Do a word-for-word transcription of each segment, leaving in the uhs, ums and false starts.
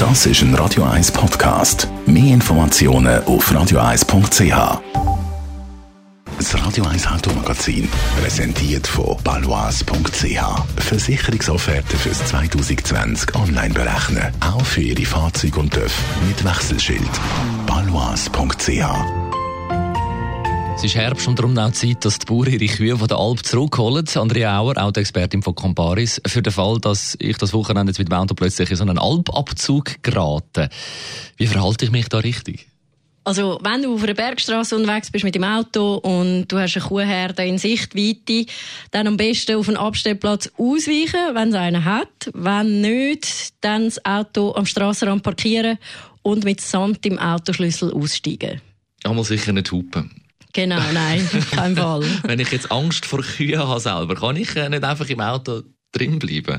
Das ist ein Radio eins Podcast. Mehr Informationen auf radio eins punkt c h. Das Radio eins Automagazin, präsentiert von baloise punkt c h. Versicherungsofferten fürs zwanzig zwanzig online berechnen. Auch für Ihre Fahrzeuge und T Ö F mit Wechselschild. baloise punkt c h. Es ist Herbst und darum auch Zeit, dass die Bauern ihre Kühe von der Alp zurückholen. Andrea Auer, Autoexpertin von Comparis, für den Fall, dass ich das Wochenende jetzt mit dem Auto plötzlich in so einen Alpabzug gerate. Wie verhalte ich mich da richtig? Also, wenn du auf einer Bergstrasse unterwegs bist mit dem Auto und du hast eine Kuhherde in Sichtweite, dann am besten auf einen Abstellplatz ausweichen, wenn es einen hat. Wenn nicht, dann das Auto am Strassenrand parkieren und mit Sand im Autoschlüssel aussteigen. Einmal sicher nicht hupen. Genau, nein, kein Fall. Wenn ich jetzt Angst vor Kühen habe selber, kann ich nicht einfach im Auto drin bleiben?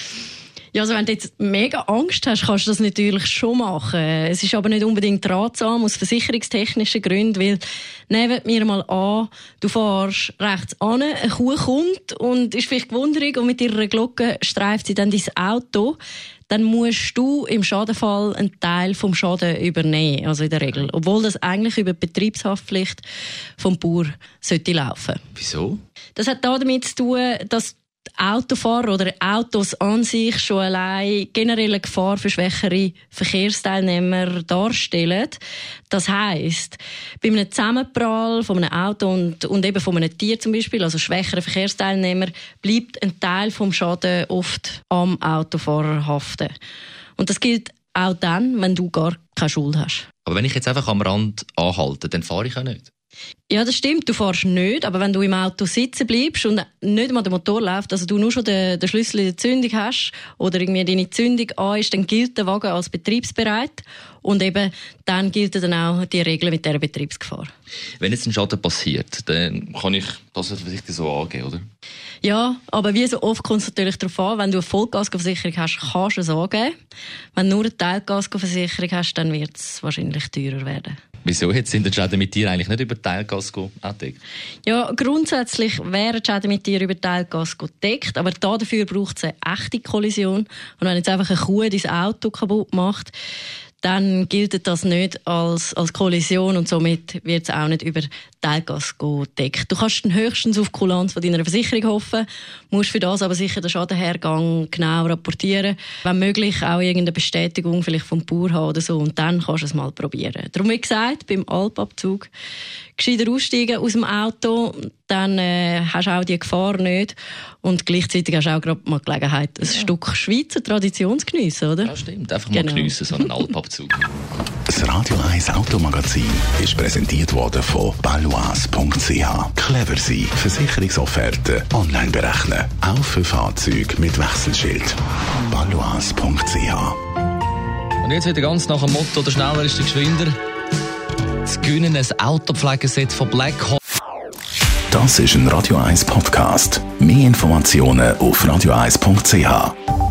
Ja, also wenn du jetzt mega Angst hast, kannst du das natürlich schon machen. Es ist aber nicht unbedingt ratsam aus versicherungstechnischen Gründen, weil nehmen wir mal an, du fährst rechts an, eine Kuh kommt und ist vielleicht gewundrig und mit ihrer Glocke streift sie dann dein Auto. Dann musst du im Schadenfall einen Teil vom Schaden übernehmen, also in der Regel. Obwohl das eigentlich über die Betriebshaftpflicht vom Bauer sollte laufen. Wieso? Das hat damit zu tun, dass Autofahrer oder Autos an sich schon allein generell eine Gefahr für schwächere Verkehrsteilnehmer darstellen. Das heisst, bei einem Zusammenprall von einem Auto und, und eben von einem Tier zum Beispiel, also schwächere Verkehrsteilnehmer, bleibt ein Teil vom Schaden oft am Autofahrer haften. Und das gilt auch dann, wenn du gar keine Schuld hast. Aber wenn ich jetzt einfach am Rand anhalte, dann fahre ich auch nicht. Ja, das stimmt, du fährst nicht, aber wenn du im Auto sitzen bleibst und nicht mal der Motor läuft, also du nur schon den, den Schlüssel in der Zündung hast oder irgendwie deine Zündung an ist, dann gilt der Wagen als betriebsbereit und eben dann gilt dann auch die Regel mit dieser Betriebsgefahr. Wenn jetzt ein Schaden passiert, dann kann ich das vielleicht so angehen, oder? Ja, aber wie so oft kommt es natürlich darauf an, wenn du eine Vollkaskoversicherung hast, kannst du es angeben. Wenn du nur eine Teilkaskoversicherung hast, dann wird es wahrscheinlich teurer werden. Wieso? Jetzt sind die Schäden mit dir eigentlich nicht über Teilkasko abgedeckt? Ja, grundsätzlich wären die Schäden mit dir über Teilkasko gedeckt, aber dafür braucht es eine echte Kollision. Und wenn jetzt einfach eine Kuh dein Auto kaputt macht, dann gilt das nicht als, als Kollision und somit wird es auch nicht über Teilkasko gedeckt. Du kannst dann höchstens auf die Kulanz von deiner Versicherung hoffen, musst für das aber sicher den Schadenhergang genau rapportieren, wenn möglich auch irgendeine Bestätigung vielleicht vom Bauer haben oder so und dann kannst du es mal probieren. Darum, wie gesagt, beim Alpabzug gescheiter aussteigen aus dem Auto, dann äh, hast du auch die Gefahr nicht und gleichzeitig hast du auch gerade mal Gelegenheit, ein ja. Stück Schweizer Tradition zu geniessen, oder? Ja, stimmt. Einfach mal genau. geniessen, so einen Alpabzug. Das Radio eins Automagazin ist präsentiert worden von baloise punkt c h. Clever sein, Versicherungsofferten online berechnen. Auch für Fahrzeuge mit Wechselschild. baloise punkt c h. Und jetzt wieder ganz nach dem Motto, der schneller ist der geschwinder. Zu gewinnen ein Autopflegeset von Black Hawk. Das ist ein Radio eins Podcast. Mehr Informationen auf radio eins punkt c h.